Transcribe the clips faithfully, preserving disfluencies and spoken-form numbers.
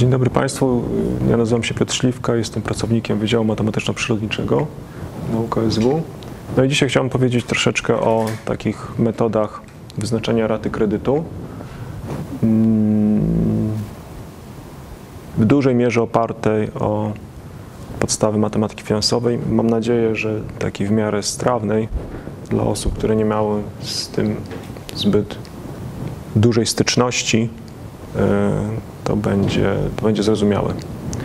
Dzień dobry Państwu, ja nazywam się Piotr Śliwka, jestem pracownikiem Wydziału Matematyczno-Przyrodniczego na U K S W. No i dzisiaj chciałem powiedzieć troszeczkę o takich metodach wyznaczania raty kredytu. W dużej mierze opartej o podstawy matematyki finansowej. Mam nadzieję, że takiej w miarę strawnej dla osób, które nie miały z tym zbyt dużej styczności, to będzie, to będzie zrozumiałe.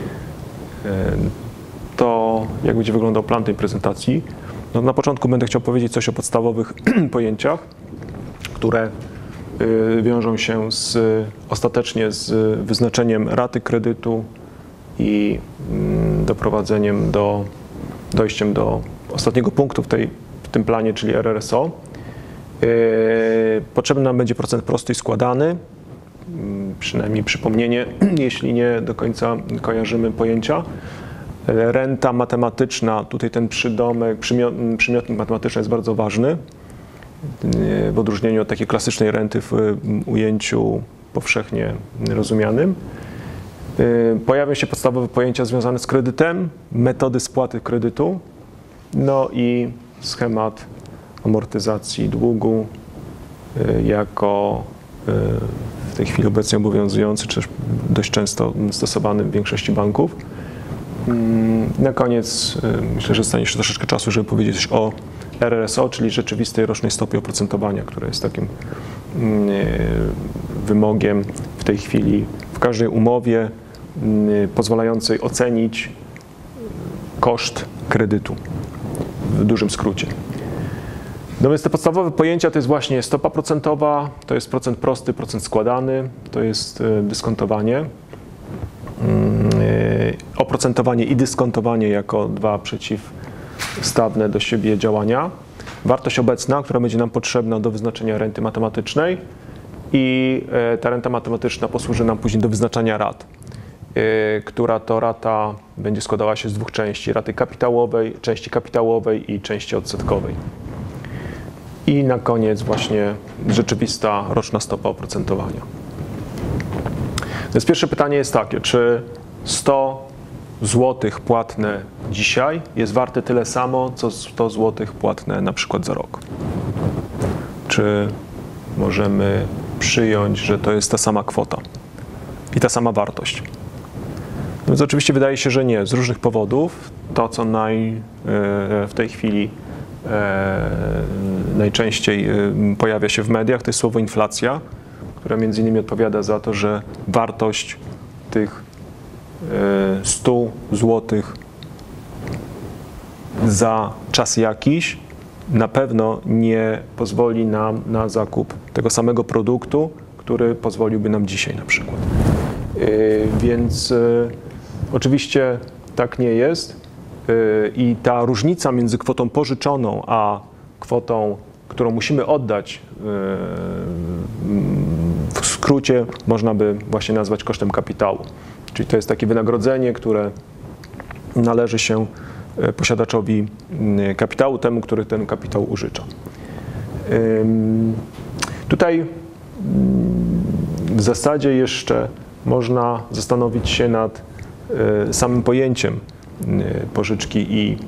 To jak będzie wyglądał plan tej prezentacji? No, na początku będę chciał powiedzieć coś o podstawowych pojęciach, które wiążą się z, ostatecznie z wyznaczeniem raty kredytu i doprowadzeniem do, dojściem do ostatniego punktu w, tej, w tym planie, czyli R R S O. Potrzebny nam będzie procent prosty i składany, przynajmniej przypomnienie, jeśli nie do końca kojarzymy pojęcia. Renta matematyczna, tutaj ten przydomek, przymiot, przymiotnik matematyczny jest bardzo ważny, w odróżnieniu od takiej klasycznej renty w ujęciu powszechnie rozumianym. Pojawią się podstawowe pojęcia związane z kredytem, metody spłaty kredytu, no i schemat amortyzacji długu jako w tej chwili obecnie obowiązujący, czy też dość często stosowany w większości banków. Na koniec myślę, że zostanie jeszcze troszeczkę czasu, żeby powiedzieć o R R S O, czyli rzeczywistej rocznej stopie oprocentowania, która jest takim wymogiem w tej chwili w każdej umowie pozwalającej ocenić koszt kredytu, w dużym skrócie. No więc te podstawowe pojęcia to jest właśnie stopa procentowa, to jest procent prosty, procent składany, to jest dyskontowanie. Oprocentowanie i dyskontowanie jako dwa przeciwstawne do siebie działania. Wartość obecna, która będzie nam potrzebna do wyznaczenia renty matematycznej i ta renta matematyczna posłuży nam później do wyznaczania rat, która to rata będzie składała się z dwóch części, raty kapitałowej, części kapitałowej i części odsetkowej. I na koniec właśnie rzeczywista roczna stopa oprocentowania. Więc pierwsze pytanie jest takie, czy sto złotych płatne dzisiaj jest warte tyle samo, co sto złotych płatne na przykład za rok? Czy możemy przyjąć, że to jest ta sama kwota i ta sama wartość? No więc oczywiście wydaje się, że nie, z różnych powodów. To, co naj, w tej chwili najczęściej pojawia się w mediach, to jest słowo inflacja, która między innymi odpowiada za to, że wartość tych stu złotych za czas jakiś na pewno nie pozwoli nam na zakup tego samego produktu, który pozwoliłby nam dzisiaj na przykład. Więc oczywiście tak nie jest i ta różnica między kwotą pożyczoną a kwotą, którą musimy oddać, w skrócie można by właśnie nazwać kosztem kapitału. Czyli to jest takie wynagrodzenie, które należy się posiadaczowi kapitału, temu, który ten kapitał użycza. Tutaj w zasadzie jeszcze można zastanowić się nad samym pojęciem pożyczki i,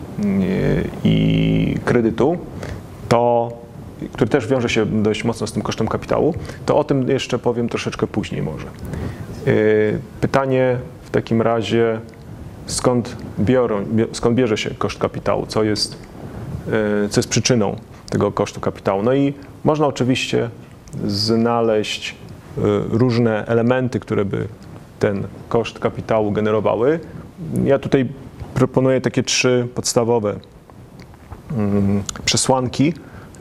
i kredytu, to, który też wiąże się dość mocno z tym kosztem kapitału, to o tym jeszcze powiem troszeczkę później może. Pytanie w takim razie, skąd, biorą, skąd bierze się koszt kapitału, co jest, co jest przyczyną tego kosztu kapitału. No i można oczywiście znaleźć różne elementy, które by ten koszt kapitału generowały. Ja tutaj proponuję takie trzy podstawowe przesłanki,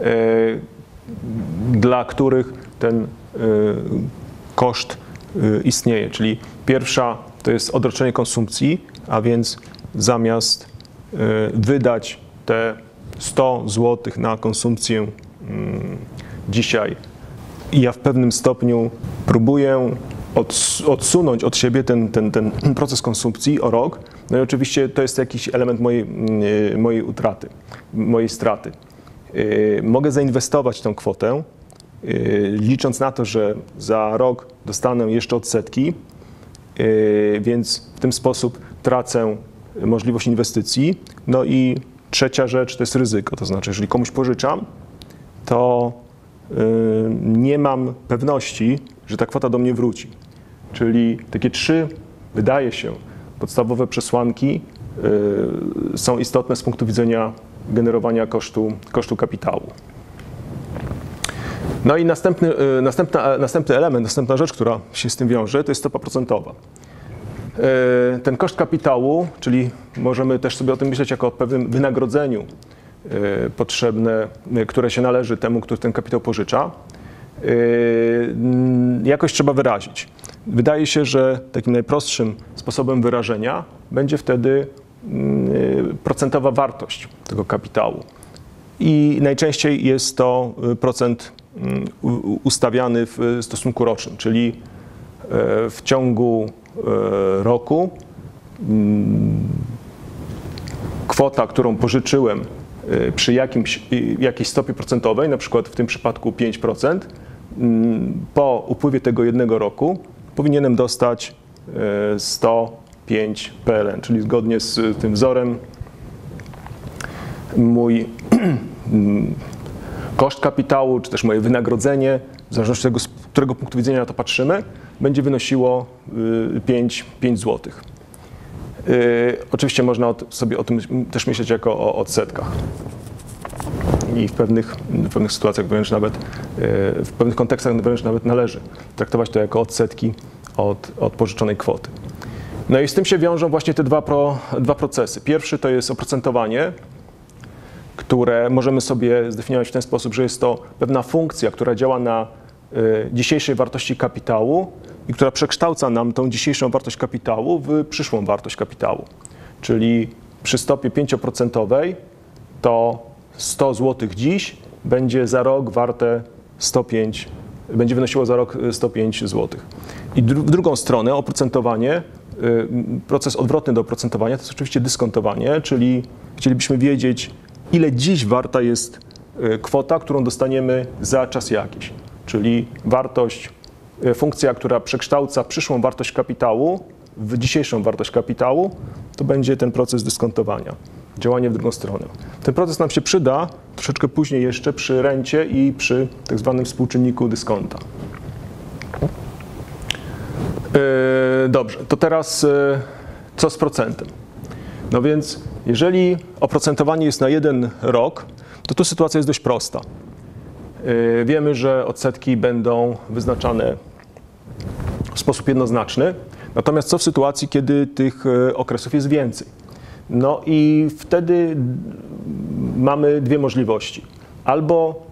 dla których ten koszt istnieje. Czyli pierwsza to jest odroczenie konsumpcji, a więc zamiast wydać te sto złotych na konsumpcję dzisiaj, ja w pewnym stopniu próbuję odsunąć od siebie ten, ten, ten proces konsumpcji o rok. No i oczywiście to jest jakiś element mojej, mojej utraty, mojej straty. Mogę zainwestować tę kwotę, licząc na to, że za rok dostanę jeszcze odsetki, więc w ten sposób tracę możliwość inwestycji. No i trzecia rzecz to jest ryzyko, to znaczy, jeżeli komuś pożyczam, to nie mam pewności, że ta kwota do mnie wróci. Czyli takie trzy, wydaje się, podstawowe przesłanki są istotne z punktu widzenia generowania kosztu, kosztu kapitału. No i następny, następna, następny element, następna rzecz, która się z tym wiąże, to jest stopa procentowa. Ten koszt kapitału, czyli możemy też sobie o tym myśleć jako o pewnym wynagrodzeniu potrzebne, które się należy temu, który ten kapitał pożycza, jakoś trzeba wyrazić. Wydaje się, że takim najprostszym sposobem wyrażenia będzie wtedy procentowa wartość tego kapitału. I najczęściej jest to procent ustawiany w stosunku rocznym, czyli w ciągu roku kwota, którą pożyczyłem przy jakimś, jakiejś stopie procentowej, na przykład w tym przypadku pięć procent, po upływie tego jednego roku powinienem dostać sto pięć P L N, czyli zgodnie z tym wzorem mój koszt kapitału, czy też moje wynagrodzenie, w zależności od tego, z którego punktu widzenia na to patrzymy, będzie wynosiło pięć złotych. Oczywiście można sobie o tym też myśleć jako o odsetkach. I w pewnych, w pewnych sytuacjach wręcz nawet, w pewnych kontekstach wręcz nawet należy traktować to jako odsetki od, od pożyczonej kwoty. No i z tym się wiążą właśnie te dwa, pro, dwa procesy. Pierwszy to jest oprocentowanie, które możemy sobie zdefiniować w ten sposób, że jest to pewna funkcja, która działa na y, dzisiejszej wartości kapitału i która przekształca nam tą dzisiejszą wartość kapitału w przyszłą wartość kapitału. Czyli przy stopie pięcioprocentowej to sto złotych dziś będzie za rok warte sto pięć, będzie wynosiło za rok sto pięć złotych. I dru, w drugą stronę oprocentowanie, y, proces odwrotny do oprocentowania to jest oczywiście dyskontowanie, czyli chcielibyśmy wiedzieć, ile dziś warta jest kwota, którą dostaniemy za czas jakiś. Czyli wartość, funkcja, która przekształca przyszłą wartość kapitału w dzisiejszą wartość kapitału, to będzie ten proces dyskontowania. Działanie w drugą stronę. Ten proces nam się przyda troszeczkę później jeszcze przy rencie i przy tak zwanym współczynniku dyskonta. Dobrze, to teraz co z procentem? No więc jeżeli oprocentowanie jest na jeden rok, to tu sytuacja jest dość prosta. Wiemy, że odsetki będą wyznaczane w sposób jednoznaczny, natomiast co w sytuacji, kiedy tych okresów jest więcej? No i wtedy mamy dwie możliwości. Albo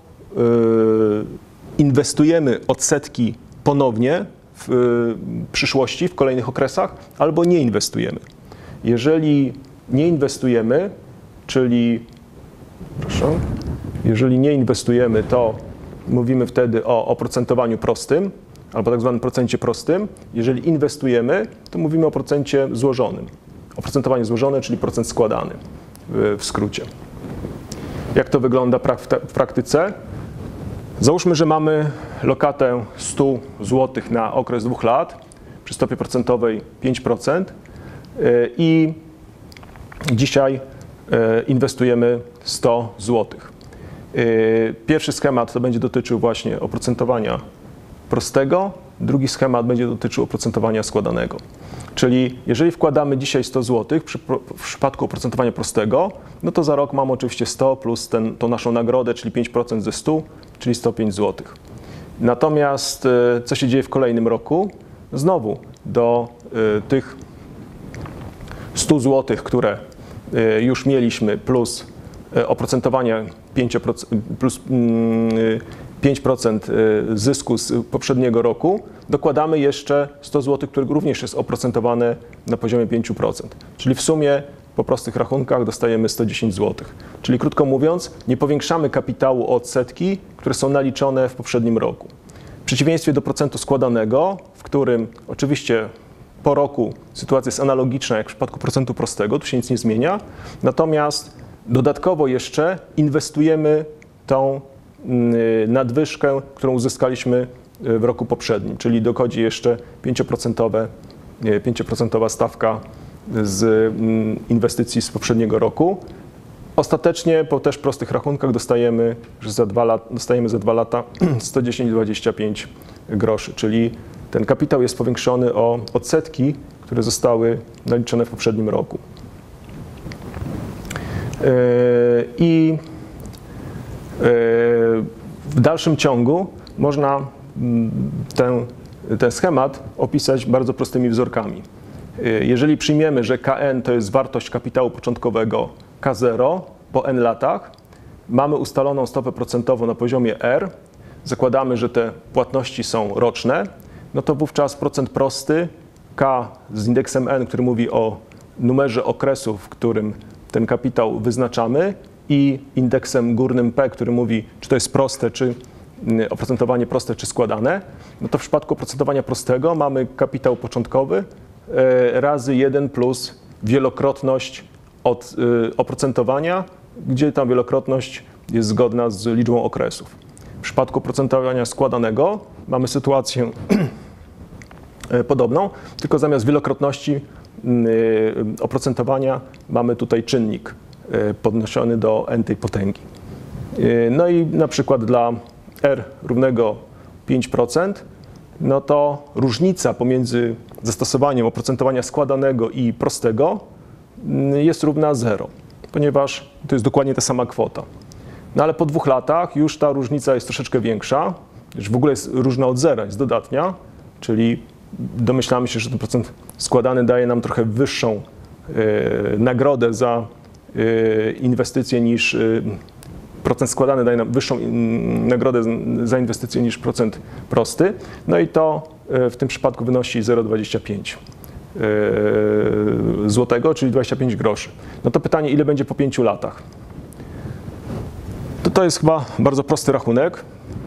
inwestujemy odsetki ponownie w przyszłości, w kolejnych okresach, albo nie inwestujemy. Jeżeli nie inwestujemy, czyli, proszę, jeżeli nie inwestujemy, to mówimy wtedy o oprocentowaniu prostym, albo tak zwanym procencie prostym. Jeżeli inwestujemy, to mówimy o procencie złożonym. Oprocentowanie złożone, czyli procent składany w skrócie. Jak to wygląda w praktyce? Załóżmy, że mamy lokatę sto złotych na okres dwóch lat przy stopie procentowej pięć procent i dzisiaj inwestujemy sto złotych. Pierwszy schemat to będzie dotyczył właśnie oprocentowania prostego, drugi schemat będzie dotyczył oprocentowania składanego. Czyli jeżeli wkładamy dzisiaj sto złotych przy, w przypadku oprocentowania prostego, no to za rok mamy oczywiście sto plus ten, tą naszą nagrodę, czyli pięć procent ze stu, czyli sto pięć złotych. Natomiast co się dzieje w kolejnym roku? Znowu do y, tych stu złotych, które y, już mieliśmy, plus y, oprocentowanie pięć procent, plus y, pięć procent zysku z poprzedniego roku, dokładamy jeszcze sto złotych, które również jest oprocentowane na poziomie pięć procent. Czyli w sumie po prostych rachunkach dostajemy sto dziesięć złotych. Czyli krótko mówiąc, nie powiększamy kapitału o odsetki, które są naliczone w poprzednim roku. W przeciwieństwie do procentu składanego, w którym oczywiście po roku sytuacja jest analogiczna jak w przypadku procentu prostego, tu się nic nie zmienia, natomiast dodatkowo jeszcze inwestujemy tą nadwyżkę, którą uzyskaliśmy w roku poprzednim, czyli dochodzi jeszcze pięć procent pięć procent stawka z inwestycji z poprzedniego roku. Ostatecznie po też prostych rachunkach dostajemy, że za dwa lata, dostajemy za dwa lata sto dziesięć przecinek dwadzieścia pięć groszy, czyli ten kapitał jest powiększony o odsetki, które zostały naliczone w poprzednim roku. I w dalszym ciągu można ten, ten schemat opisać bardzo prostymi wzorkami. Jeżeli przyjmiemy, że K N to jest wartość kapitału początkowego K zero po n latach, mamy ustaloną stopę procentową na poziomie R, zakładamy, że te płatności są roczne, no to wówczas procent prosty K z indeksem N, który mówi o numerze okresu, w którym ten kapitał wyznaczamy, i indeksem górnym P, który mówi, czy to jest proste, czy oprocentowanie proste, czy składane, no to w przypadku oprocentowania prostego mamy kapitał początkowy razy jeden plus wielokrotność od oprocentowania, gdzie ta wielokrotność jest zgodna z liczbą okresów. W przypadku oprocentowania składanego mamy sytuację podobną, tylko zamiast wielokrotności oprocentowania mamy tutaj czynnik podnoszony do n tej potęgi. No i na przykład dla R równego pięć procent, no to różnica pomiędzy zastosowaniem oprocentowania składanego i prostego jest równa zero, ponieważ to jest dokładnie ta sama kwota. No ale po dwóch latach już ta różnica jest troszeczkę większa, już w ogóle jest różna od zera, jest dodatnia, czyli domyślamy się, że ten procent składany daje nam trochę wyższą y, nagrodę za y, inwestycje niż y, procent składany daje nam wyższą y, nagrodę za inwestycje niż procent prosty. No i to y, w tym przypadku wynosi zero przecinek dwadzieścia pięć y, złotego, czyli dwadzieścia pięć groszy. No to pytanie, ile będzie po pięciu latach? To, to jest chyba bardzo prosty rachunek.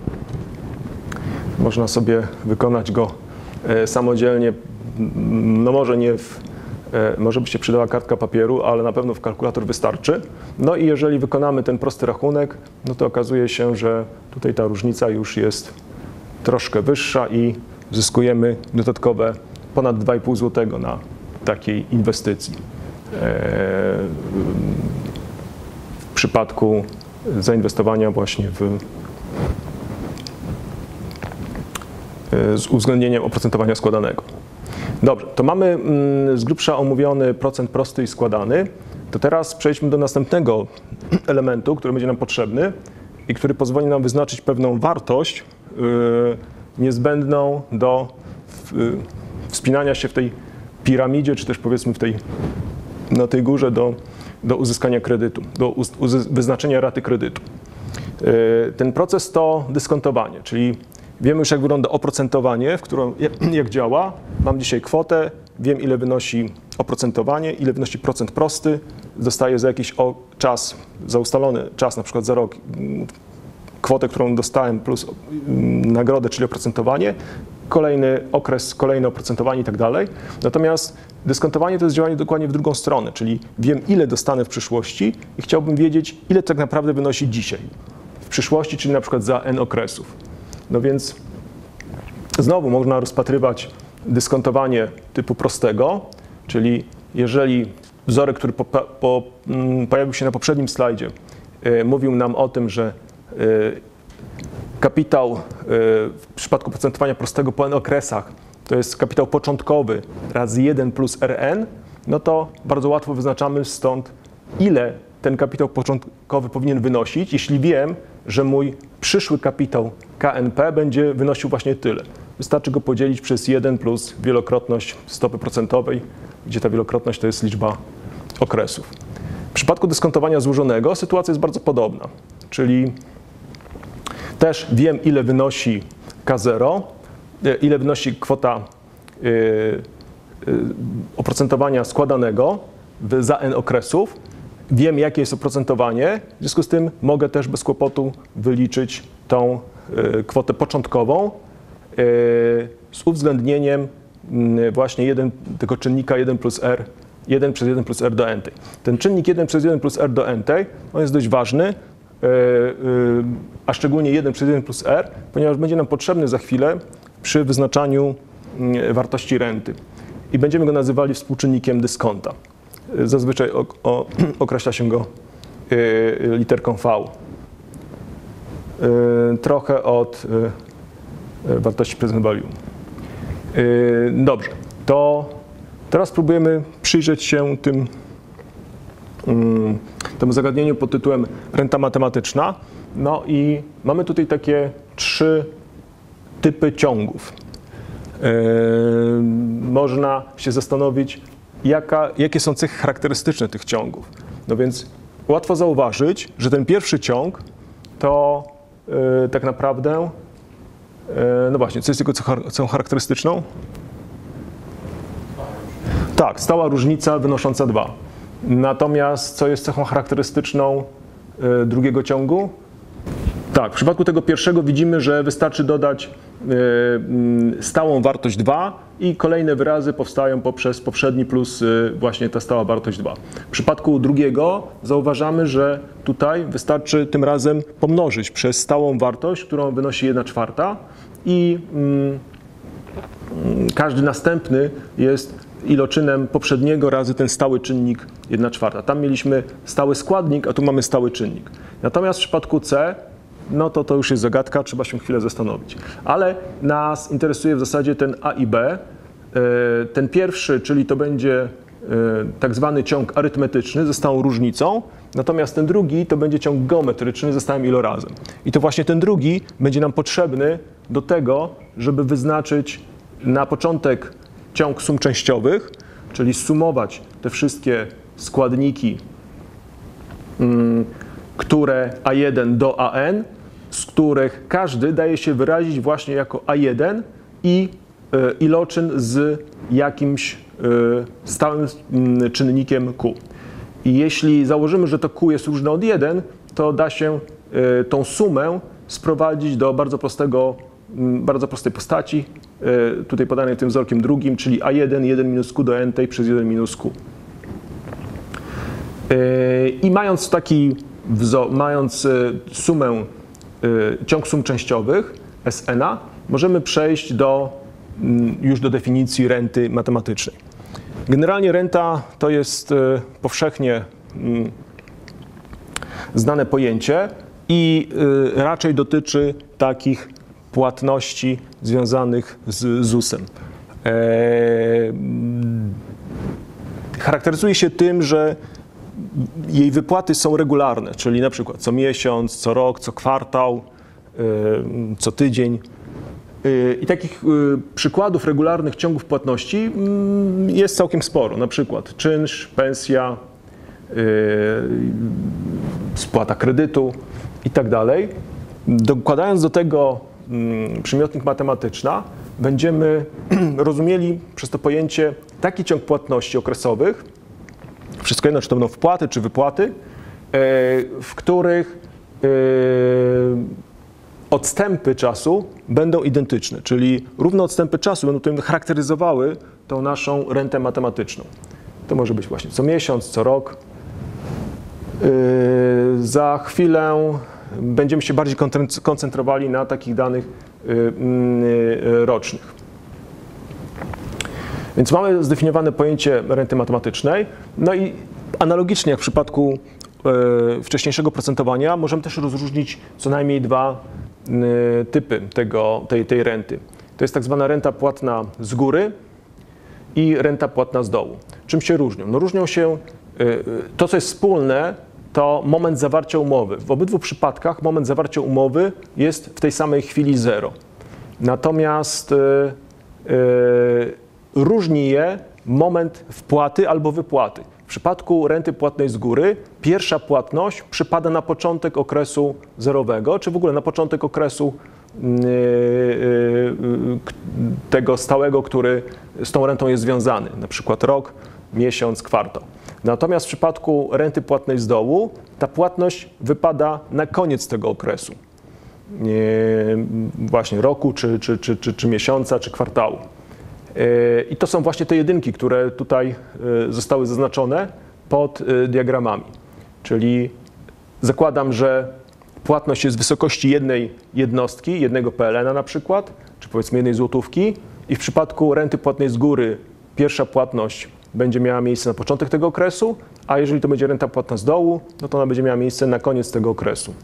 Można sobie wykonać go samodzielnie, no może nie w, może by się przydała kartka papieru, ale na pewno w kalkulator wystarczy. No i jeżeli wykonamy ten prosty rachunek, no to okazuje się, że tutaj ta różnica już jest troszkę wyższa i zyskujemy dodatkowe ponad dwa i pół złotego na takiej inwestycji. W przypadku zainwestowania właśnie w z uwzględnieniem oprocentowania składanego. Dobrze, to mamy z grubsza omówiony procent prosty i składany. To teraz przejdźmy do następnego elementu, który będzie nam potrzebny i który pozwoli nam wyznaczyć pewną wartość yy, niezbędną do yy, wspinania się w tej piramidzie, czy też powiedzmy w tej, na tej górze do, do uzyskania kredytu, do uz, uz, wyznaczenia raty kredytu. Yy, ten proces to dyskontowanie, czyli wiemy już, jak wygląda oprocentowanie, w którą, jak działa. Mam dzisiaj kwotę, wiem, ile wynosi oprocentowanie, ile wynosi procent prosty. Dostaję za jakiś czas, za ustalony czas, na przykład za rok, kwotę, którą dostałem plus nagrodę, czyli oprocentowanie, kolejny okres, kolejne oprocentowanie i tak dalej. Natomiast dyskontowanie to jest działanie dokładnie w drugą stronę, czyli wiem, ile dostanę w przyszłości i chciałbym wiedzieć, ile tak naprawdę wynosi dzisiaj w przyszłości, czyli na przykład za n okresów. No więc znowu można rozpatrywać dyskontowanie typu prostego, czyli jeżeli wzorek, który po, po, pojawił się na poprzednim slajdzie, y, mówił nam o tym, że y, kapitał y, w przypadku procentowania prostego po n okresach to jest kapitał początkowy razy jeden plus R N, no to bardzo łatwo wyznaczamy stąd, ile ten kapitał początkowy powinien wynosić, jeśli wiem, że mój przyszły kapitał K N P będzie wynosił właśnie tyle. Wystarczy go podzielić przez jeden plus wielokrotność stopy procentowej, gdzie ta wielokrotność to jest liczba okresów. W przypadku dyskontowania złożonego sytuacja jest bardzo podobna, czyli też wiem, ile wynosi K zero, ile wynosi kwota yy, yy, oprocentowania składanego za n okresów. Wiem, jakie jest oprocentowanie, w związku z tym mogę też bez kłopotu wyliczyć tą y, kwotę początkową y, z uwzględnieniem y, właśnie jeden, tego czynnika jeden plus R, jeden przez jeden plus R do n. Ten czynnik jeden przez jeden plus R do n, on jest dość ważny, y, y, a szczególnie jeden przez jeden plus R, ponieważ będzie nam potrzebny za chwilę przy wyznaczaniu y, wartości renty. i będziemy go nazywali współczynnikiem dyskonta. Zazwyczaj o, o, określa się go y, literką V. Y, trochę od y, wartości present value. Y, dobrze, to teraz spróbujemy przyjrzeć się tym, y, temu zagadnieniu pod tytułem renta matematyczna. No i mamy tutaj takie trzy typy ciągów. Yy, można się zastanowić, jaka, jakie są cechy charakterystyczne tych ciągów. No więc łatwo zauważyć, że ten pierwszy ciąg to yy, tak naprawdę, yy, no właśnie, co jest jego cechą charakterystyczną? Tak, stała różnica wynosząca dwa. Natomiast co jest cechą charakterystyczną yy, drugiego ciągu? Tak, w przypadku tego pierwszego widzimy, że wystarczy dodać y, stałą wartość dwa i kolejne wyrazy powstają poprzez poprzedni plus y, właśnie ta stała wartość dwa. W przypadku drugiego zauważamy, że tutaj wystarczy tym razem pomnożyć przez stałą wartość, którą wynosi jedna czwarta i y, każdy następny jest iloczynem poprzedniego razy ten stały czynnik jedna czwarta. Tam mieliśmy stały składnik, a tu mamy stały czynnik. Natomiast w przypadku C no to to już jest zagadka, trzeba się chwilę zastanowić. Ale nas interesuje w zasadzie ten A i B. Ten pierwszy, czyli to będzie tak zwany ciąg arytmetyczny ze stałą różnicą, natomiast ten drugi to będzie ciąg geometryczny ze stałym ilorazem. I to właśnie ten drugi będzie nam potrzebny do tego, żeby wyznaczyć na początek ciąg sum częściowych, czyli sumować te wszystkie składniki, które A jeden do A N, z których każdy daje się wyrazić właśnie jako A jeden i iloczyn z jakimś stałym czynnikiem Q. I jeśli założymy, że to Q jest różne od jeden, to da się tą sumę sprowadzić do bardzo prostego, bardzo prostej postaci, tutaj podanej tym wzorkiem drugim, czyli A jeden, jeden minus Q do N tej przez jeden minus Q. I mając taki wzór, mając sumę, ciąg sum częściowych, S N a, możemy przejść do, już do definicji renty matematycznej. Generalnie renta to jest powszechnie znane pojęcie i raczej dotyczy takich płatności związanych z ZUS-em. Charakteryzuje się tym, że jej wypłaty są regularne, czyli na przykład co miesiąc, co rok, co kwartał, co tydzień. I takich przykładów regularnych ciągów płatności jest całkiem sporo. Na przykład czynsz, pensja, spłata kredytu i tak dalej. Dokładając do tego przymiotnik matematyczna, będziemy rozumieli przez to pojęcie taki ciąg płatności okresowych, wszystko jedno, czy to będą wpłaty, czy wypłaty, w których odstępy czasu będą identyczne, czyli równe odstępy czasu będą tutaj charakteryzowały tą naszą rentę matematyczną. To może być właśnie co miesiąc, co rok. Za chwilę będziemy się bardziej koncentrowali na takich danych rocznych. Więc mamy zdefiniowane pojęcie renty matematycznej, no i analogicznie jak w przypadku e, wcześniejszego procentowania możemy też rozróżnić co najmniej dwa e, typy tego, tej, tej renty. To jest tak zwana renta płatna z góry i renta płatna z dołu. Czym się różnią? No różnią się, e, to co jest wspólne, to moment zawarcia umowy. W obydwu przypadkach moment zawarcia umowy jest w tej samej chwili zero. Natomiast e, e, różni je moment wpłaty albo wypłaty. W przypadku renty płatnej z góry pierwsza płatność przypada na początek okresu zerowego, czy w ogóle na początek okresu tego stałego, który z tą rentą jest związany, na przykład rok, miesiąc, kwartał. Natomiast w przypadku renty płatnej z dołu ta płatność wypada na koniec tego okresu, właśnie roku, czy, czy, czy, czy, czy miesiąca, czy kwartału. I to są właśnie te jedynki, które tutaj zostały zaznaczone pod diagramami. Czyli zakładam, że płatność jest w wysokości jednej jednostki, jednego P L N a na przykład, czy powiedzmy jednej złotówki i w przypadku renty płatnej z góry pierwsza płatność będzie miała miejsce na początek tego okresu, a jeżeli to będzie renta płatna z dołu, no to ona będzie miała miejsce na koniec tego okresu.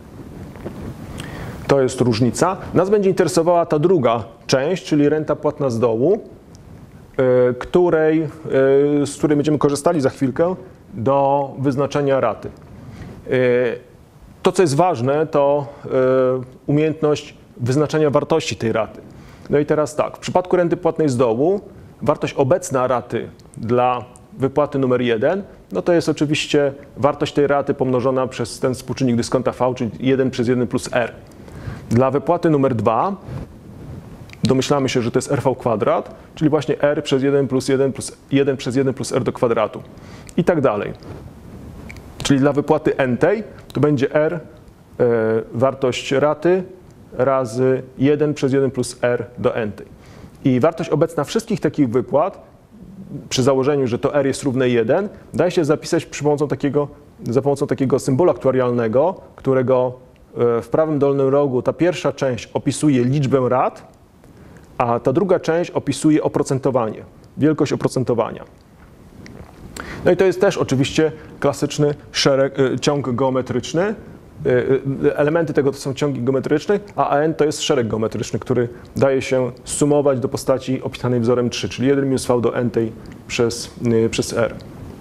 To jest różnica. Nas będzie interesowała ta druga część, czyli renta płatna z dołu, yy, której, yy, z której będziemy korzystali za chwilkę do wyznaczenia raty. Yy, to, co jest ważne, to yy, umiejętność wyznaczenia wartości tej raty. No i teraz tak, w przypadku renty płatnej z dołu wartość obecna raty dla wypłaty numer jeden, no to jest oczywiście wartość tej raty pomnożona przez ten współczynnik dyskonta V, czyli jeden przez jeden plus R. Dla wypłaty numer dwa domyślamy się, że to jest R V kwadrat, czyli właśnie R przez jeden plus jeden plus jeden przez jeden plus R do kwadratu i tak dalej. Czyli dla wypłaty n-tej to będzie R, y, wartość raty razy jeden przez jeden plus R do n-tej. I wartość obecna wszystkich takich wypłat, przy założeniu, że to R jest równe jeden, daje się zapisać przy pomocą takiego, za pomocą takiego symbolu aktuarialnego, którego w prawym dolnym rogu ta pierwsza część opisuje liczbę rat, a ta druga część opisuje oprocentowanie, wielkość oprocentowania. No i to jest też oczywiście klasyczny szereg, ciąg geometryczny. Elementy tego to są ciągi geometryczne, a A N to jest szereg geometryczny, który daje się sumować do postaci opisanej wzorem trzy, czyli jeden minus V do n-tej przez, przez R.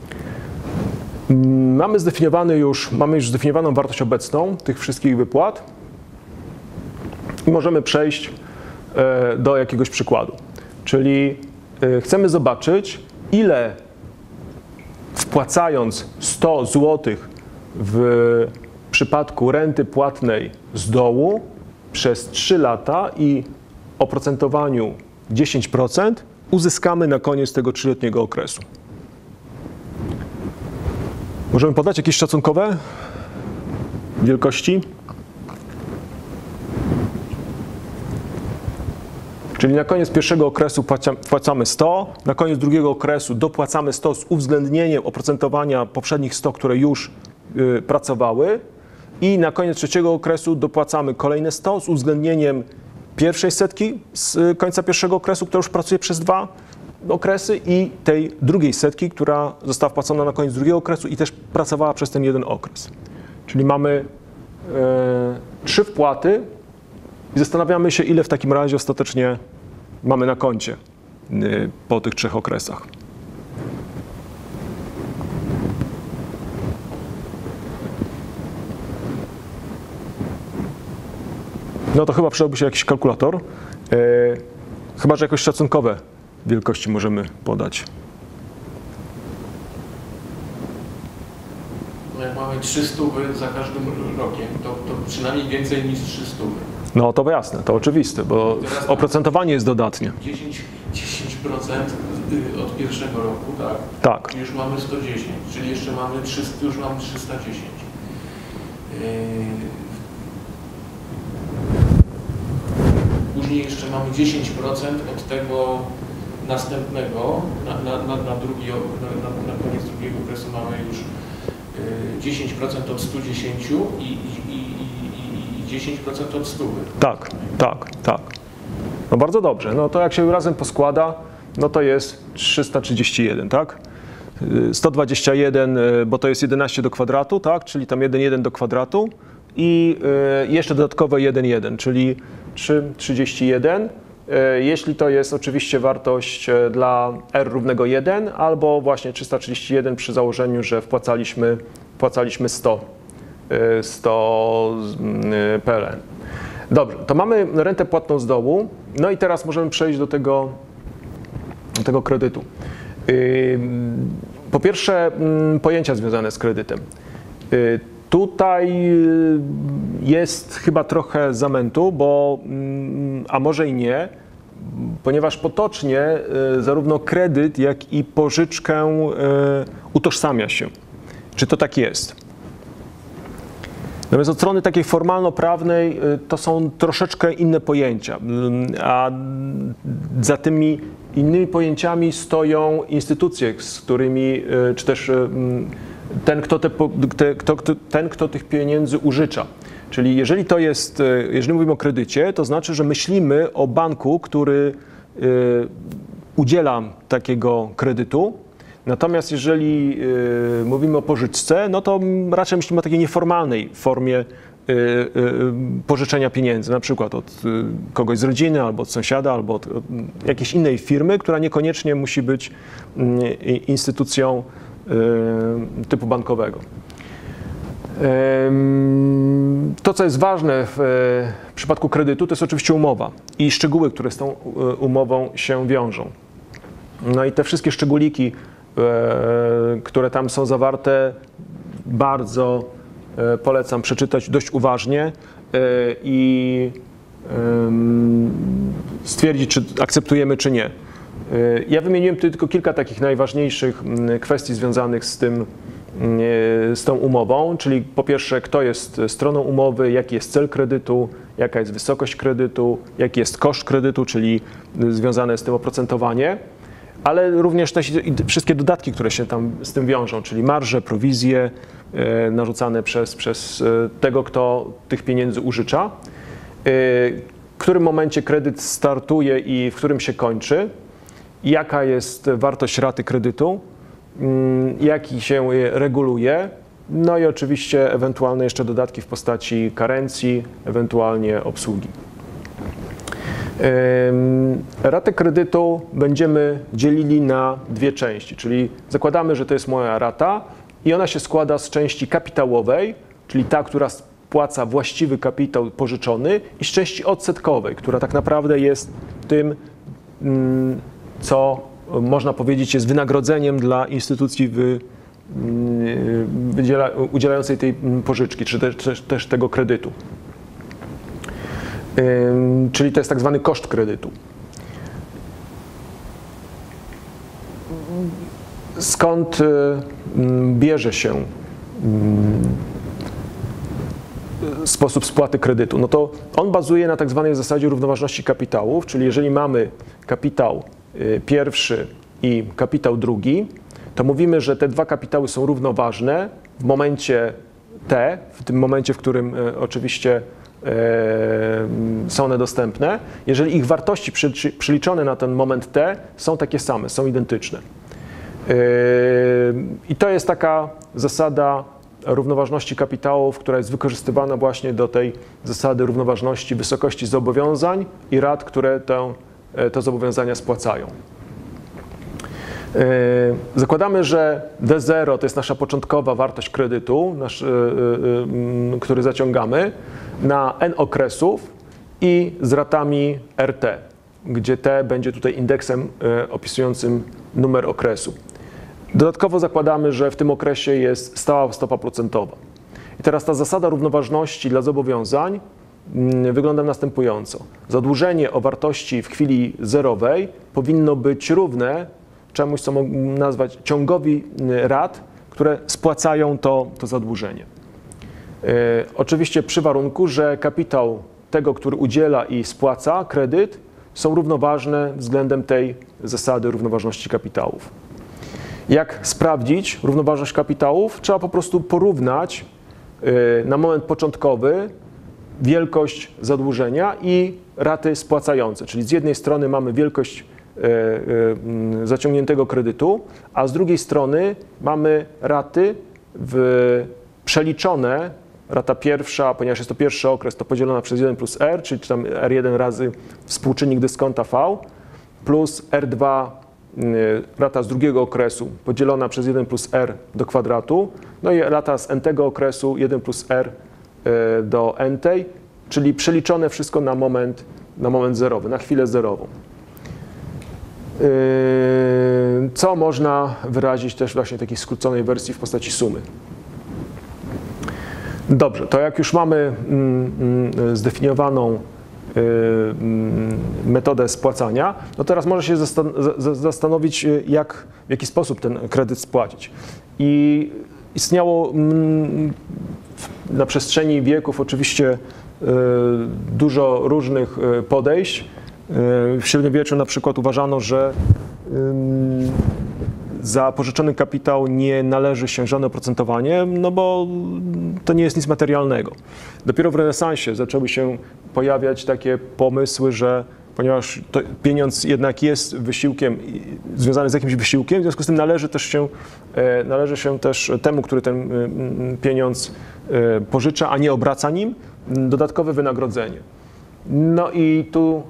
Mamy zdefiniowany już, mamy już zdefiniowaną wartość obecną tych wszystkich wypłat i możemy przejść do jakiegoś przykładu. Czyli chcemy zobaczyć, ile wpłacając sto złotych w przypadku renty płatnej z dołu przez trzy lata i oprocentowaniu dziesięć procent uzyskamy na koniec tego trzyletniego okresu. Możemy podać jakieś szacunkowe wielkości? Czyli na koniec pierwszego okresu wpłacamy sto, na koniec drugiego okresu dopłacamy sto z uwzględnieniem oprocentowania poprzednich sto, które już y, pracowały i na koniec trzeciego okresu dopłacamy kolejne sto z uwzględnieniem pierwszej setki z końca pierwszego okresu, która już pracuje przez dwa okresy i tej drugiej setki, która została wpłacona na koniec drugiego okresu i też pracowała przez ten jeden okres. Czyli mamy e, trzy wpłaty i zastanawiamy się, ile w takim razie ostatecznie mamy na koncie e, po tych trzech okresach. No to chyba przydałby się jakiś kalkulator, e, chyba że jakoś szacunkowe wielkości możemy podać. No jak mamy trzy stówy za każdym rokiem, to, to przynajmniej więcej niż trzy stówy. No to jasne, to oczywiste, bo oprocentowanie jest dodatnie. dziesięć procent od pierwszego roku, tak? Tak. Już mamy sto dziesięć, czyli jeszcze mamy trzysta, już mamy trzysta dziesięć. Yy... Później jeszcze mamy dziesięć procent od tego następnego, na, na, na, na, drugi, na, na koniec drugiego okresu mamy już dziesięć procent od stu dziesięciu i, i, i, i dziesięć procent od stu. Tak, tak, tak. No bardzo dobrze. No to jak się razem poskłada, no to jest trzysta trzydzieści jeden, tak? sto dwadzieścia jeden, bo to jest jedenaście do kwadratu, tak? Czyli tam jeden, jeden do kwadratu i jeszcze dodatkowe jeden, jeden, czyli trzy trzydzieści jeden. Jeśli to jest oczywiście wartość dla R równego jeden, albo właśnie trzysta trzydzieści jeden przy założeniu, że wpłacaliśmy, wpłacaliśmy sto, sto P L N. Dobrze, to mamy rentę płatną z dołu, no i teraz możemy przejść do tego, do tego kredytu. Po pierwsze, pojęcia związane z kredytem. Tutaj jest chyba trochę zamętu, bo, a może i nie, ponieważ potocznie zarówno kredyt, jak i pożyczkę utożsamia się. Czy to tak jest? Natomiast od strony takiej formalno-prawnej to są troszeczkę inne pojęcia, a za tymi innymi pojęciami stoją instytucje, z którymi, czy też ten, kto, te, te, kto, ten, kto tych pieniędzy użycza. Czyli jeżeli to jest, jeżeli mówimy o kredycie, to znaczy, że myślimy o banku, który udziela takiego kredytu. Natomiast jeżeli y, mówimy o pożyczce, no to raczej myślimy o takiej nieformalnej formie y, y, pożyczenia pieniędzy, na przykład od y, kogoś z rodziny, albo od sąsiada, albo od, od jakiejś innej firmy, która niekoniecznie musi być y, instytucją y, typu bankowego. To, co jest ważne w przypadku kredytu, to jest oczywiście umowa i szczegóły, które z tą umową się wiążą. No i te wszystkie szczególiki, które tam są zawarte, bardzo polecam przeczytać dość uważnie i stwierdzić, czy akceptujemy, czy nie. Ja wymieniłem tylko kilka takich najważniejszych kwestii związanych z tym, z tą umową, czyli po pierwsze, kto jest stroną umowy, jaki jest cel kredytu, jaka jest wysokość kredytu, jaki jest koszt kredytu, czyli związane z tym oprocentowanie, ale również te wszystkie dodatki, które się tam z tym wiążą, czyli marże, prowizje e, narzucane przez, przez tego, kto tych pieniędzy użycza, e, w którym momencie kredyt startuje i w którym się kończy, jaka jest wartość raty kredytu, jaki się reguluje, no i oczywiście ewentualne jeszcze dodatki w postaci karencji, ewentualnie obsługi. Ratę kredytu będziemy dzielili na dwie części, czyli zakładamy, że to jest moja rata i ona się składa z części kapitałowej, czyli ta, która spłaca właściwy kapitał pożyczony, i z części odsetkowej, która tak naprawdę jest tym, co można powiedzieć jest wynagrodzeniem dla instytucji wy, wydziela, udzielającej tej pożyczki, czy też, też, też tego kredytu. Ym, czyli to jest tak zwany koszt kredytu. Skąd y, bierze się y, sposób spłaty kredytu? No to on bazuje na tak zwanej zasadzie równoważności kapitałów, czyli jeżeli mamy kapitał pierwszy i kapitał drugi, to mówimy, że te dwa kapitały są równoważne w momencie T, w tym momencie, w którym e, oczywiście e, są one dostępne, jeżeli ich wartości przy, przyliczone na ten moment T są takie same, są identyczne. E, I to jest taka zasada równoważności kapitałów, która jest wykorzystywana właśnie do tej zasady równoważności wysokości zobowiązań i rat, które tę te zobowiązania spłacają. Zakładamy, że D zero to jest nasza początkowa wartość kredytu, nasz, który zaciągamy na N okresów i z ratami R T, gdzie T będzie tutaj indeksem opisującym numer okresu. Dodatkowo zakładamy, że w tym okresie jest stała stopa procentowa. I teraz ta zasada równoważności dla zobowiązań wygląda następująco. Zadłużenie o wartości w chwili zerowej powinno być równe czemuś, co mogę nazwać ciągowi rat, które spłacają to, to zadłużenie. Yy, oczywiście przy warunku, że kapitał tego, który udziela i spłaca kredyt, są równoważne względem tej zasady równoważności kapitałów. Jak sprawdzić równoważność kapitałów? Trzeba po prostu porównać yy, na moment początkowy wielkość zadłużenia i raty spłacające, czyli z jednej strony mamy wielkość e, e, zaciągniętego kredytu, a z drugiej strony mamy raty w, przeliczone, rata pierwsza, ponieważ jest to pierwszy okres, to podzielona przez jeden plus R, czyli tam R jeden razy współczynnik dyskonta V, plus R dwa, e, rata z drugiego okresu podzielona przez jeden plus R do kwadratu, no i rata z n-tego okresu jeden plus R do n-tej, czyli przeliczone wszystko na moment, na moment zerowy, na chwilę zerową. Co można wyrazić też właśnie w takiej skróconej wersji w postaci sumy. Dobrze, to jak już mamy zdefiniowaną metodę spłacania, no teraz może się zastanowić, jak, w jaki sposób ten kredyt spłacić. I istniało na przestrzeni wieków oczywiście dużo różnych podejść. W średniowieczu na przykład uważano, że za pożyczony kapitał nie należy się żadne oprocentowanie, no bo to nie jest nic materialnego. Dopiero w renesansie zaczęły się pojawiać takie pomysły, że ponieważ to pieniądz jednak jest wysiłkiem, związany z jakimś wysiłkiem, w związku z tym należy też się, należy się też temu, który ten pieniądz pożycza, a nie obraca nim, dodatkowe wynagrodzenie. No i tu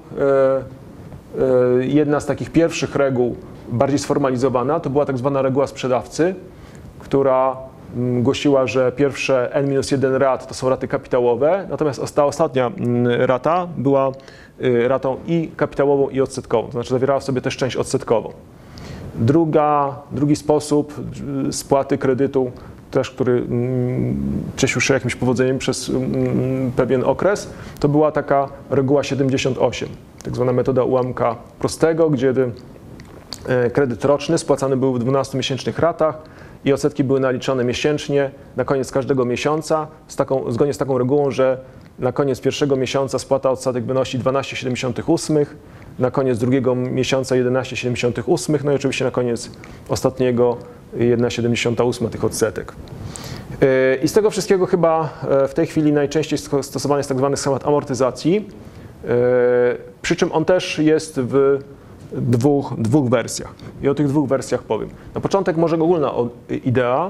jedna z takich pierwszych reguł, bardziej sformalizowana, to była tak zwana reguła sprzedawcy, która głosiła, że pierwsze N minus jeden rat to są raty kapitałowe, natomiast ta ostatnia rata była ratą i kapitałową, i odsetkową, to znaczy zawierała w sobie też część odsetkową. Druga, drugi sposób spłaty kredytu, też który cieszył się jakimś powodzeniem przez pewien okres, to była taka reguła siedemdziesiąt osiem, tak zwana metoda ułamka prostego, gdzie kredyt roczny spłacany był w dwunastomiesięcznych ratach i odsetki były naliczane miesięcznie na koniec każdego miesiąca, z taką, zgodnie z taką regułą, że na koniec pierwszego miesiąca spłata odsetek wynosi dwanaście przecinek siedem osiem, na koniec drugiego miesiąca jedenaście przecinek siedem osiem, no i oczywiście na koniec ostatniego jedna przecinek siedem osiem tych odsetek. I z tego wszystkiego chyba w tej chwili najczęściej stosowany jest tak zwany schemat amortyzacji, przy czym on też jest w dwóch, dwóch wersjach. I o tych dwóch wersjach powiem. Na początek może ogólna idea.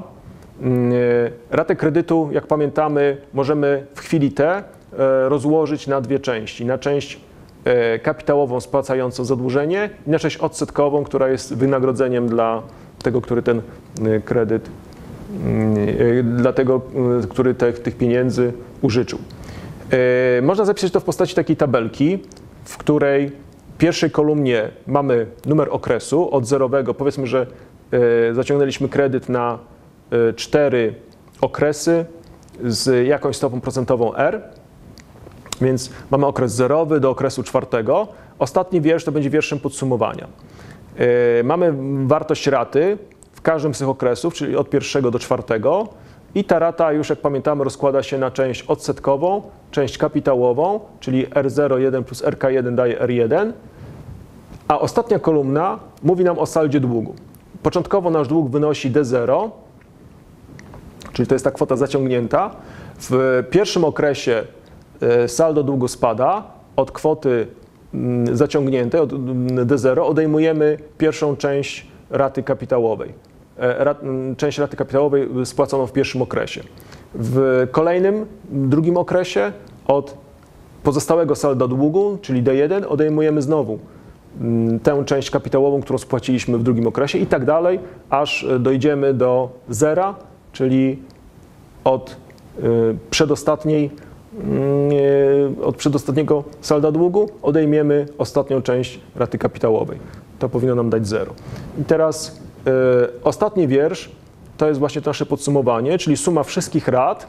Ratę kredytu, jak pamiętamy, możemy w chwili T rozłożyć na dwie części. Na część kapitałową spłacającą zadłużenie i na część odsetkową, która jest wynagrodzeniem dla tego, który ten kredyt, dla tego, który te, tych pieniędzy użyczył. Można zapisać to w postaci takiej tabelki, w której w pierwszej kolumnie mamy numer okresu od zerowego. Powiedzmy, że zaciągnęliśmy kredyt na cztery okresy z jakąś stopą procentową R, więc mamy okres zerowy do okresu czwartego. Ostatni wiersz to będzie wierszem podsumowania. Mamy wartość raty w każdym z tych okresów, czyli od pierwszego do czwartego i ta rata już, jak pamiętamy, rozkłada się na część odsetkową, część kapitałową, czyli R zero jeden plus R K jeden daje R jeden, a ostatnia kolumna mówi nam o saldzie długu. Początkowo nasz dług wynosi D zero, czyli to jest ta kwota zaciągnięta. W pierwszym okresie saldo długu spada, od kwoty zaciągniętej, od D zero, odejmujemy pierwszą część raty kapitałowej. Część raty kapitałowej spłaconą w pierwszym okresie. W kolejnym, drugim okresie od pozostałego salda długu, czyli D jeden, odejmujemy znowu tę część kapitałową, którą spłaciliśmy w drugim okresie i tak dalej, aż dojdziemy do zera, czyli od przedostatniej, od przedostatniego salda długu odejmiemy ostatnią część raty kapitałowej. To powinno nam dać zero. I teraz y, ostatni wiersz to jest właśnie to nasze podsumowanie, czyli suma wszystkich rat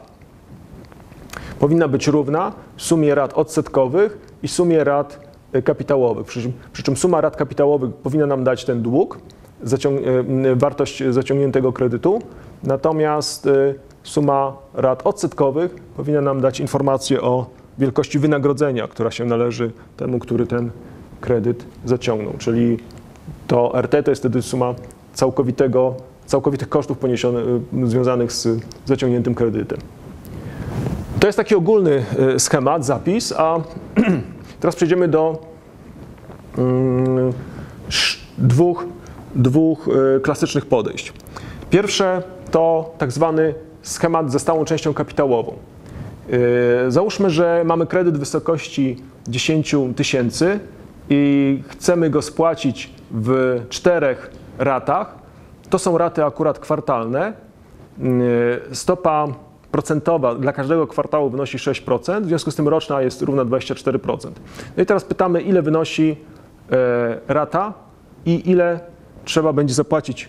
powinna być równa sumie rat odsetkowych i sumie rat kapitałowych. Przy, przy czym suma rat kapitałowych powinna nam dać ten dług, zaciąg, y, wartość zaciągniętego kredytu, natomiast y, suma rat odsetkowych powinna nam dać informację o wielkości wynagrodzenia, która się należy temu, który ten kredyt zaciągnął. Czyli to R T to jest wtedy suma całkowitego, całkowitych kosztów poniesionych, związanych z zaciągniętym kredytem. To jest taki ogólny schemat, zapis, a teraz przejdziemy do mm, dwóch, dwóch klasycznych podejść. Pierwsze to tak zwany schemat ze stałą częścią kapitałową. Załóżmy, że mamy kredyt w wysokości dziesięć tysięcy i chcemy go spłacić w czterech ratach. To są raty akurat kwartalne. Stopa procentowa dla każdego kwartału wynosi sześć procent, w związku z tym roczna jest równa dwadzieścia cztery procent. No i teraz pytamy, ile wynosi rata i ile trzeba będzie zapłacić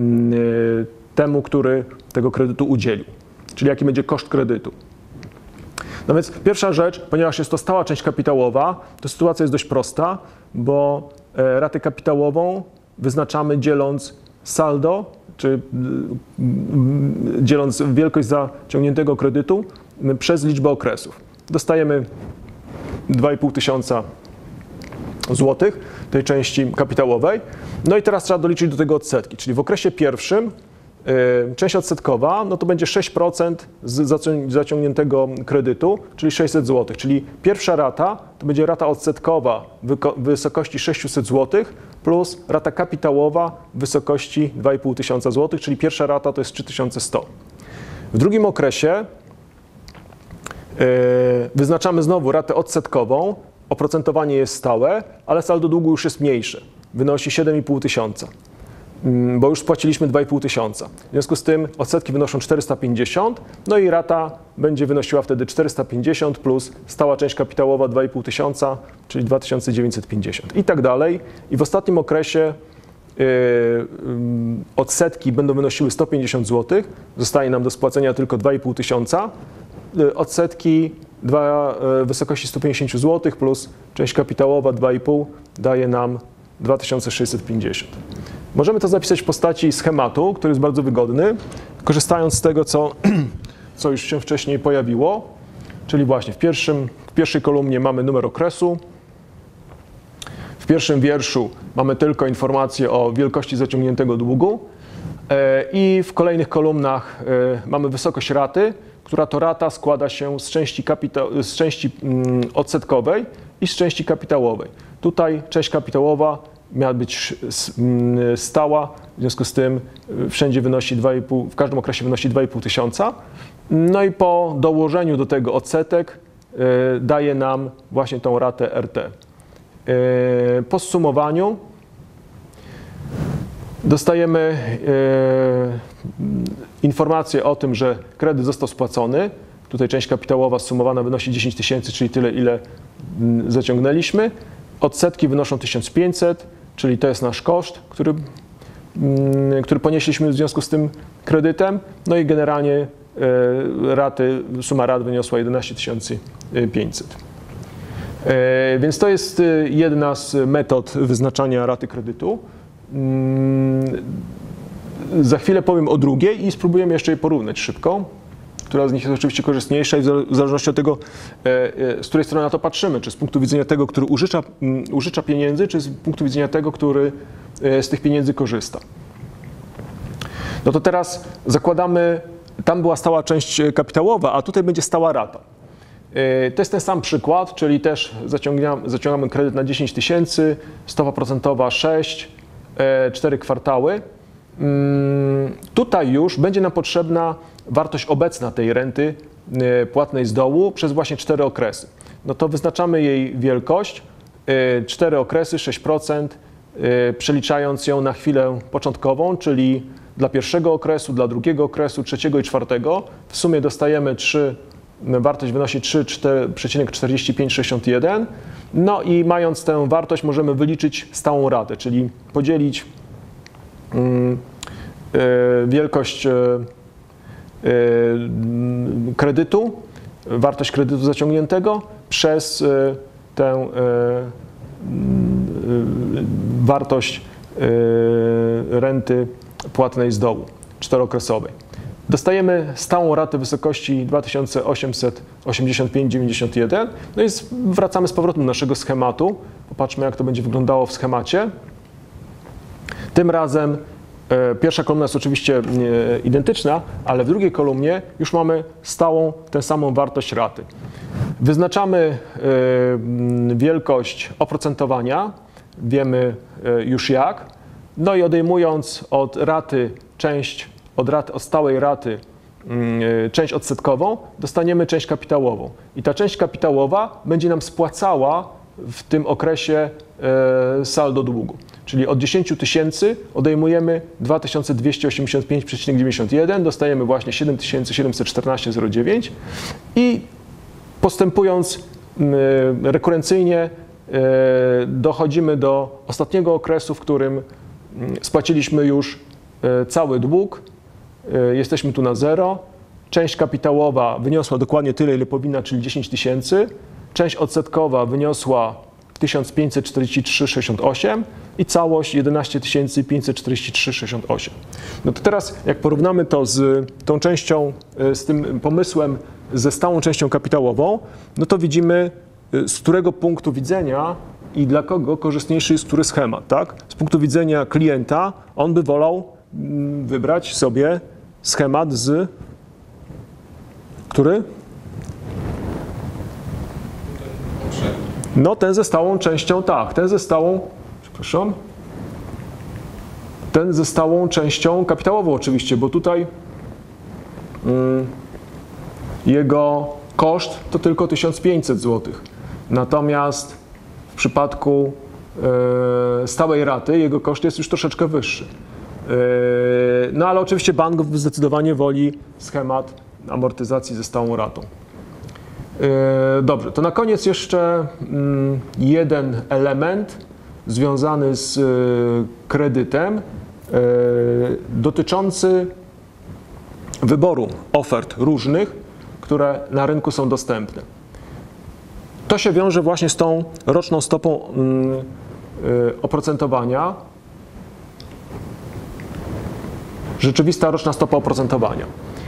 temu, który tego kredytu udzielił, czyli jaki będzie koszt kredytu. No więc pierwsza rzecz, ponieważ jest to stała część kapitałowa, to sytuacja jest dość prosta, bo ratę kapitałową wyznaczamy dzieląc saldo, czy dzieląc wielkość zaciągniętego kredytu przez liczbę okresów. Dostajemy dwa i pół tysiąca złotych tej części kapitałowej. No i teraz trzeba doliczyć do tego odsetki, czyli w okresie pierwszym Część odsetkowa, no to będzie sześć procent z zaciągniętego kredytu, czyli sześćset złotych. Czyli pierwsza rata to będzie rata odsetkowa w wysokości sześćset złotych plus rata kapitałowa w wysokości dwa i pół tysiąca złotych, czyli pierwsza rata to jest trzy tysiące sto. W drugim okresie wyznaczamy znowu ratę odsetkową, oprocentowanie jest stałe, ale saldo długu już jest mniejsze, wynosi siedem i pół tysiąca. Bo już spłaciliśmy dwa i pół tysiąca. W związku z tym odsetki wynoszą czterysta pięćdziesiąt, no i rata będzie wynosiła wtedy czterysta pięćdziesiąt plus stała część kapitałowa dwa i pół tysiąca, czyli dwa tysiące dziewięćset pięćdziesiąt i tak dalej. I w ostatnim okresie yy, yy, odsetki będą wynosiły sto pięćdziesiąt złotych, zostaje nam do spłacenia tylko dwa i pół tysiąca. Yy, odsetki dwa, yy, w wysokości sto pięćdziesiąt złotych plus część kapitałowa dwa i pół daje nam dwa tysiące sześćset pięćdziesiąt. Możemy to zapisać w postaci schematu, który jest bardzo wygodny, korzystając z tego, co, co już się wcześniej pojawiło, czyli właśnie w, pierwszym, w pierwszej kolumnie mamy numer okresu, w pierwszym wierszu mamy tylko informację o wielkości zaciągniętego długu i w kolejnych kolumnach mamy wysokość raty, która to rata składa się z części, kapita- z części odsetkowej i z części kapitałowej. Tutaj część kapitałowa miała być stała, w związku z tym wszędzie wynosi dwa i pół, w każdym okresie wynosi dwa i pół tysiąca. No i po dołożeniu do tego odsetek y, daje nam właśnie tą ratę R T. Y, po zsumowaniu dostajemy y, informację o tym, że kredyt został spłacony. Tutaj część kapitałowa zsumowana wynosi dziesięć tysięcy, czyli tyle, ile y, zaciągnęliśmy. Odsetki wynoszą tysiąc pięćset, czyli to jest nasz koszt, który, który ponieśliśmy w związku z tym kredytem. No i generalnie raty, suma rat wyniosła jedenaście tysięcy pięćset. Więc to jest jedna z metod wyznaczania raty kredytu. Za chwilę powiem o drugiej i spróbujemy jeszcze je porównać szybko. Która z nich jest oczywiście korzystniejsza i w zależności od tego, z której strony na to patrzymy, czy z punktu widzenia tego, który użycza, użycza pieniędzy, czy z punktu widzenia tego, który z tych pieniędzy korzysta. No to teraz zakładamy, tam była stała część kapitałowa, a tutaj będzie stała rata. To jest ten sam przykład, czyli też zaciągamy, zaciągamy kredyt na dziesięć tysięcy, stopa procentowa sześć, cztery kwartały. Tutaj już będzie nam potrzebna wartość obecna tej renty płatnej z dołu przez właśnie cztery okresy. No to wyznaczamy jej wielkość, cztery okresy, sześć procent, przeliczając ją na chwilę początkową, czyli dla pierwszego okresu, dla drugiego okresu, trzeciego i czwartego. W sumie dostajemy trzy, wartość wynosi trzy przecinek czterdzieści pięć sześćdziesiąt jeden. No i mając tę wartość możemy wyliczyć stałą ratę, czyli podzielić mm, wielkość kredytu, wartość kredytu zaciągniętego przez tę wartość renty płatnej z dołu, czterookresowej. Dostajemy stałą ratę w wysokości dwa tysiące osiemset osiemdziesiąt pięć przecinek dziewięćdziesiąt jeden. No i wracamy z powrotem do naszego schematu. Popatrzmy, jak to będzie wyglądało w schemacie. Tym razem pierwsza kolumna jest oczywiście identyczna, ale w drugiej kolumnie już mamy stałą, tę samą wartość raty. Wyznaczamy wielkość oprocentowania, wiemy już jak, no i odejmując od raty część, od, raty, od stałej raty część odsetkową, dostaniemy część kapitałową. I ta część kapitałowa będzie nam spłacała w tym okresie saldo długu. Czyli od dziesięć tysięcy odejmujemy dwa tysiące dwieście osiemdziesiąt pięć przecinek dziewięćdziesiąt jeden, dostajemy właśnie siedem tysięcy siedemset czternaście przecinek zero dziewięć i postępując rekurencyjnie dochodzimy do ostatniego okresu, w którym spłaciliśmy już cały dług, jesteśmy tu na zero, część kapitałowa wyniosła dokładnie tyle, ile powinna, czyli dziesięć tysięcy, część odsetkowa wyniosła tysiąc pięćset czterdzieści trzy przecinek sześćdziesiąt osiem i całość jedenaście tysięcy pięćset czterdzieści trzy przecinek sześćdziesiąt osiem. No to teraz jak porównamy to z tą częścią, z tym pomysłem ze stałą częścią kapitałową, no to widzimy, z którego punktu widzenia i dla kogo korzystniejszy jest który schemat, tak? Z punktu widzenia klienta on by wolał wybrać sobie schemat z... Który? No ten ze stałą częścią, tak, ten ze stałą, przepraszam, ten ze stałą częścią kapitałową oczywiście, bo tutaj mm, jego koszt to tylko tysiąc pięćset złotych. Natomiast w przypadku e, stałej raty jego koszt jest już troszeczkę wyższy. E, no ale oczywiście bank zdecydowanie woli schemat amortyzacji ze stałą ratą. E, dobrze, to na koniec jeszcze mm, jeden element związany z e, kredytem e, dotyczący wyboru ofert różnych, które na rynku są dostępne. To się wiąże właśnie z tą roczną stopą oprocentowania. Rzeczywista roczna stopa oprocentowania.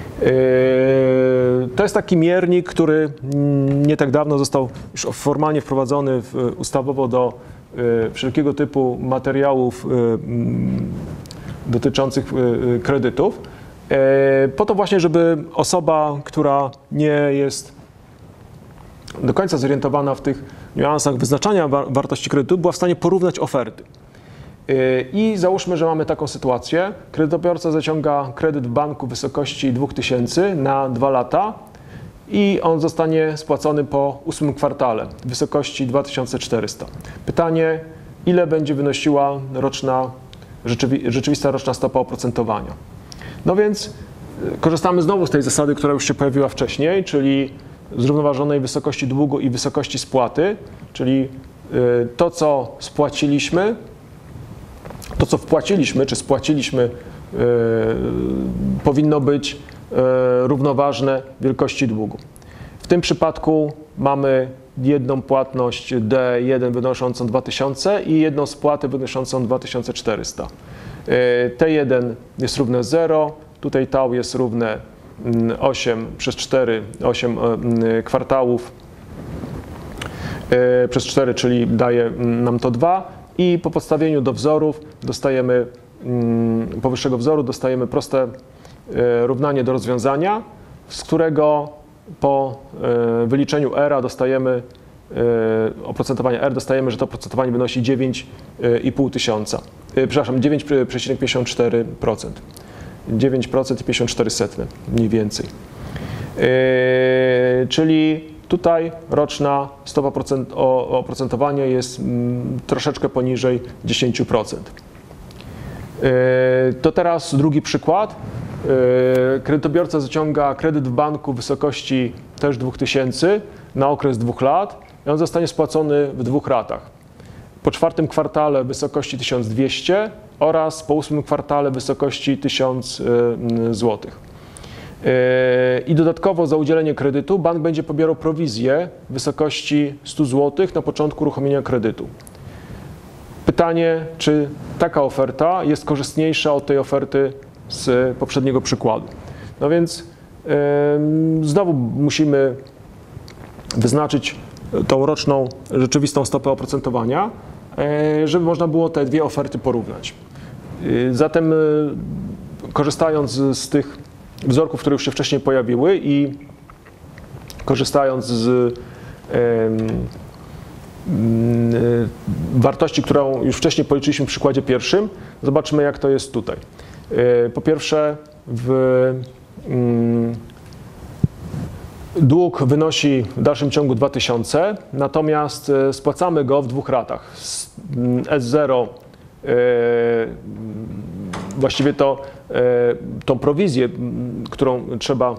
To jest taki miernik, który nie tak dawno został już formalnie wprowadzony ustawowo do wszelkiego typu materiałów dotyczących kredytów. Po to właśnie, żeby osoba, która nie jest do końca zorientowana w tych niuansach wyznaczania wartości kredytu, była w stanie porównać oferty. I załóżmy, że mamy taką sytuację. Kredytobiorca zaciąga kredyt w banku w wysokości dwa tysiące na dwa lata i on zostanie spłacony po ósmym kwartale w wysokości dwa tysiące czterysta. Pytanie, ile będzie wynosiła roczna, rzeczywi, rzeczywista roczna stopa oprocentowania? No więc korzystamy znowu z tej zasady, która już się pojawiła wcześniej, czyli zrównoważonej wysokości długu i wysokości spłaty, czyli to, co spłaciliśmy, to, co wpłaciliśmy, czy spłaciliśmy, powinno być równoważne wielkości długu. W tym przypadku mamy jedną płatność D jeden wynoszącą dwa tysiące i jedną spłatę wynoszącą dwa tysiące czterysta. T jeden jest równe zero, tutaj tau jest równe osiem przez cztery, osiem kwartałów przez cztery, czyli daje nam to dwa i po podstawieniu do wzorów dostajemy, powyższego wzoru dostajemy proste równanie do rozwiązania, z którego po wyliczeniu R dostajemy oprocentowanie R, dostajemy, że to oprocentowanie wynosi dziewięć i pół tysiąca, przepraszam, dziewięć przecinek pięćdziesiąt cztery procent. dziewięć procent i pięćdziesiąt cztery setne mniej więcej. Yy, czyli tutaj roczna stopa procent, o, oprocentowania jest mm, troszeczkę poniżej dziesięć procent. Yy, to teraz drugi przykład. Yy, kredytobiorca zaciąga kredyt w banku w wysokości też dwa tysiące na okres dwóch lat i on zostanie spłacony w dwóch ratach. Po czwartym kwartale w wysokości tysiąc dwieście oraz po ósmym kwartale w wysokości tysiąc złotych. I dodatkowo za udzielenie kredytu bank będzie pobierał prowizję w wysokości stu złotych na początku uruchomienia kredytu. Pytanie, czy taka oferta jest korzystniejsza od tej oferty z poprzedniego przykładu. No więc yy, znowu musimy wyznaczyć tą roczną rzeczywistą stopę oprocentowania, żeby można było te dwie oferty porównać. Zatem korzystając z tych wzorków, które już się wcześniej pojawiły i korzystając z wartości, którą już wcześniej policzyliśmy w przykładzie pierwszym, zobaczmy, jak to jest tutaj. Po pierwsze, w dług wynosi w dalszym ciągu dwa tysiące, natomiast spłacamy go w dwóch ratach. S zero, właściwie to tą prowizję, którą trzeba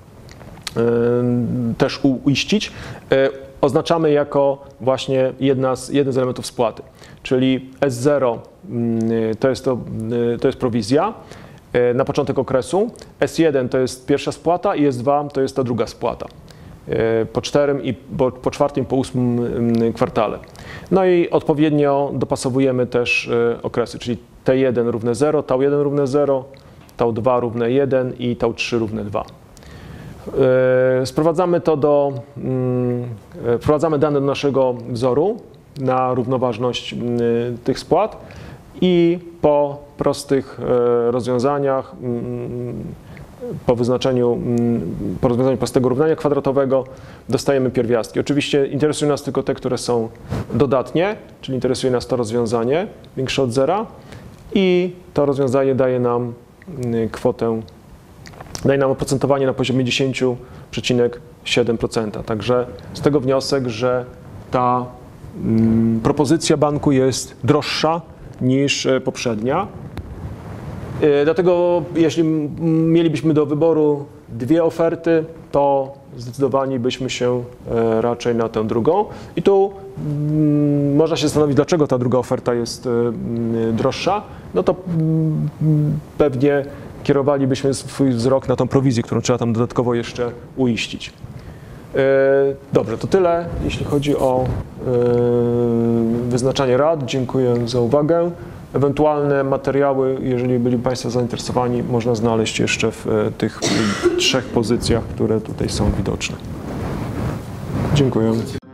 też uiścić, oznaczamy jako właśnie jedna z, jeden z elementów spłaty. Czyli S zero to jest, to, to jest prowizja na początek okresu, S jeden to jest pierwsza spłata i S dwa to jest ta druga spłata po czwartym i po, po czwartym, po ósmym kwartale. No i odpowiednio dopasowujemy też okresy, czyli T jeden równe zero, tau jeden równe zero, tau dwa równe jeden i tau trzy równe dwa. Sprowadzamy to do, wprowadzamy dane do naszego wzoru na równoważność tych spłat i po prostych e, rozwiązaniach, mm, po wyznaczeniu, mm, po rozwiązaniu prostego równania kwadratowego dostajemy pierwiastki. Oczywiście interesują nas tylko te, które są dodatnie, czyli interesuje nas to rozwiązanie większe od zera i to rozwiązanie daje nam mm, kwotę, daje nam oprocentowanie na poziomie dziesięć przecinek siedem procent. Także z tego wniosek, że ta mm, propozycja banku jest droższa niż poprzednia. Dlatego jeśli mielibyśmy do wyboru dwie oferty, to zdecydowani byśmy się raczej na tę drugą. I tu mm, można się zastanowić, dlaczego ta druga oferta jest mm, droższa. No to mm, pewnie kierowalibyśmy swój wzrok na tą prowizję, którą trzeba tam dodatkowo jeszcze uiścić. Dobrze, to tyle, jeśli chodzi o wyznaczanie rat. Dziękuję za uwagę. Ewentualne materiały, jeżeli byli Państwo zainteresowani, można znaleźć jeszcze w tych trzech pozycjach, które tutaj są widoczne. Dziękuję.